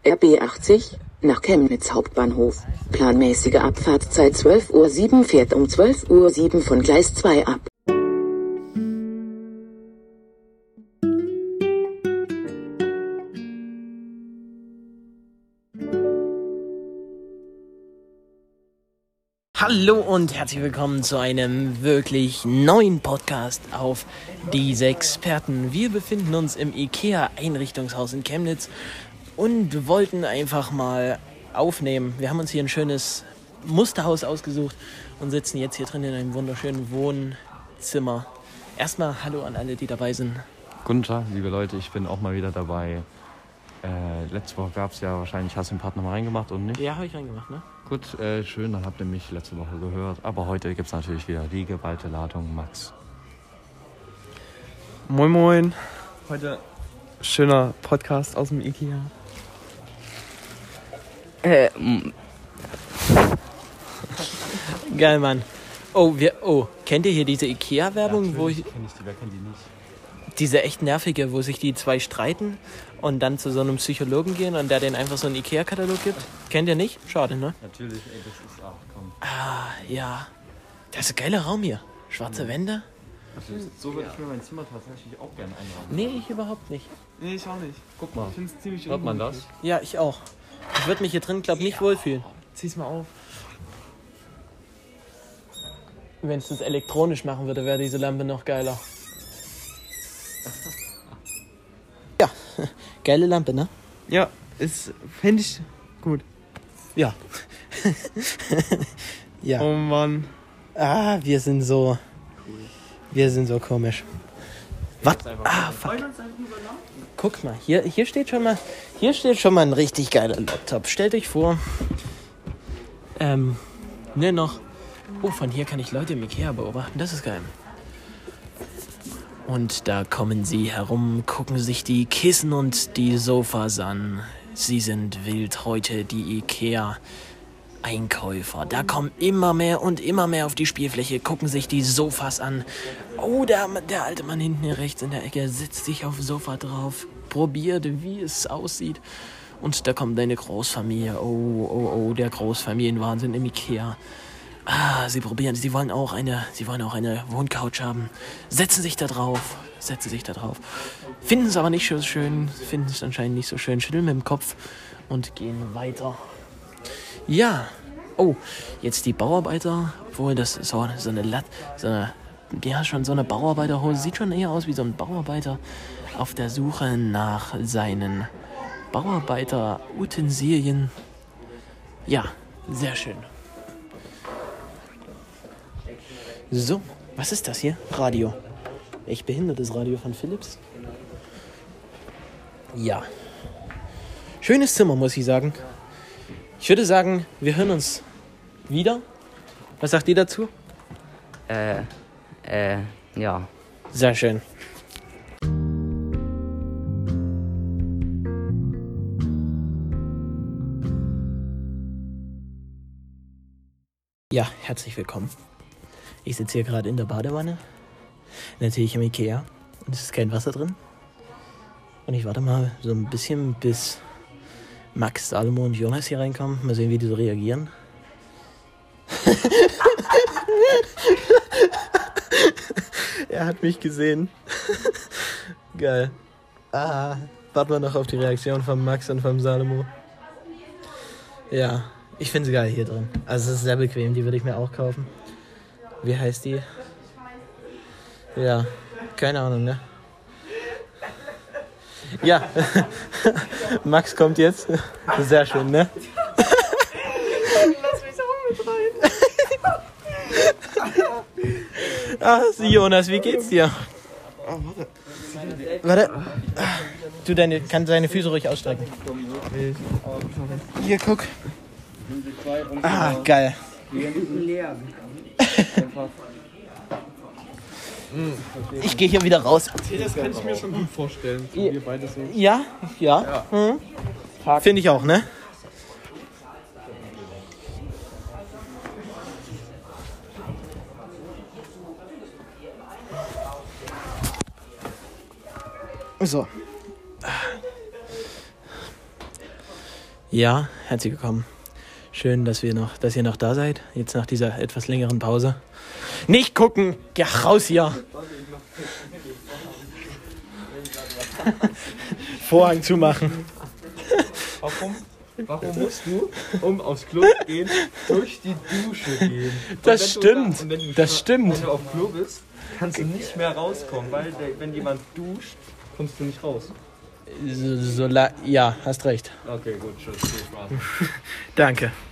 RB 80, nach Chemnitz Hauptbahnhof. Planmäßige Abfahrtszeit 12:07 Uhr, fährt um 12:07 Uhr von Gleis 2 ab. Hallo und herzlich willkommen zu einem wirklich neuen Podcast auf Diese Experten. Wir befinden uns im IKEA-Einrichtungshaus in Chemnitz und wollten einfach mal aufnehmen. Wir haben uns hier ein schönes Musterhaus ausgesucht und sitzen jetzt hier drin in einem wunderschönen Wohnzimmer. Erstmal Hallo an alle, die dabei sind. Guten Tag, liebe Leute, ich bin auch mal wieder dabei. Letzte Woche gab es ja wahrscheinlich, hast du den Part nochmal reingemacht und nicht? Ja, habe ich reingemacht, ne? Gut, schön, dann habt ihr mich letzte Woche gehört. Aber heute gibt es natürlich wieder die geballte Ladung Max. Moin Moin, heute schöner Podcast aus dem IKEA. Geil, Mann. Kennt ihr hier diese IKEA-Werbung, Ja, wo kenn ich die, wer kennt die nicht? diese echt nervige, wo sich die zwei streiten und dann zu so einem Psychologen gehen und der denen einfach so einen IKEA-Katalog gibt? Kennt ihr nicht? Schade, ne? Natürlich, ey, das ist auch, komm. Ah, ja. Das ist ein geiler Raum hier. Schwarze Wände? Also, so würde ich mir mein Zimmer tatsächlich auch gerne einrahmen. Nee, ich überhaupt nicht. Nee, ich auch nicht. Guck mal, Ich finde es ziemlich hört man das? Ja, ich auch. Ich würde mich hier drin, glaube ich, nicht wohlfühlen. Zieh's mal auf. Wenn es das elektronisch machen würde, wäre diese Lampe noch geiler. Ja, geile Lampe, ne? Ja, finde ich gut. Ja. Ja. Oh Mann. Ah, wir sind so komisch. Was? Ah, fuck. Guck mal, hier steht schon mal ein richtig geiler Laptop. Stellt euch vor, noch. Oh, von hier kann ich Leute im Ikea beobachten. Das ist geil. Und da kommen sie herum, gucken sich die Kissen und die Sofas an. Sie sind wild heute, die Ikea-Einkäufer. Da kommen immer mehr und immer mehr auf die Spielfläche, gucken sich die Sofas an. Oh, der alte Mann hinten hier rechts in der Ecke sitzt sich auf dem Sofa drauf, probiert, wie es aussieht. Und da kommt deine Großfamilie. Oh, der Großfamilienwahnsinn im Ikea. Ah, sie wollen auch eine Wohncouch haben. Setzen sich da drauf. Finden es aber nicht so schön, finden es anscheinend nicht so schön, schütteln mit dem Kopf und gehen weiter. Ja, jetzt die Bauarbeiter, obwohl das so eine Bauarbeiterhose, sieht schon eher aus wie so ein Bauarbeiter auf der Suche nach seinen Bauarbeiterutensilien. Ja, sehr schön. So, was ist das hier? Radio. Echt behindertes Radio von Philips. Ja. Schönes Zimmer, muss ich sagen. Ich würde sagen, wir hören uns wieder. Was sagt ihr dazu? Ja. Sehr schön. Ja, herzlich willkommen. Ich sitze hier gerade in der Badewanne. Natürlich im Ikea. Und es ist kein Wasser drin. Und ich warte mal so ein bisschen, bis Max, Salomo und Jonas hier reinkommen. Mal sehen, wie die so reagieren. Er hat mich gesehen. Geil. Warten wir noch auf die Reaktion von Max und von Salomo. Ja, ich finde es geil hier drin. Also es ist sehr bequem, die würde ich mir auch kaufen. Wie heißt die? Ja, keine Ahnung, ne? Ja, Max kommt jetzt. Sehr schön, ne? Lass mich auch mit rein. Jonas, wie geht's dir? Warte. Du kannst deine Füße ruhig ausstrecken. Hier, guck. Geil. Ich gehe hier wieder raus. Das kann ich mir schon gut vorstellen. Wir beide so. Ja. Finde ich auch, ne? So. Ja, herzlich willkommen. Schön, dass ihr noch da seid. Jetzt nach dieser etwas längeren Pause. Nicht gucken! Geh raus hier! Vorhang zumachen. Warum musst du, um aufs Klo zu gehen, durch die Dusche gehen? Das stimmt. Wenn du auf Klo bist, kannst du nicht mehr rauskommen, weil wenn jemand duscht, kommst du nicht raus. Ja, hast recht. Okay, gut, tschüss. Viel Spaß. Danke.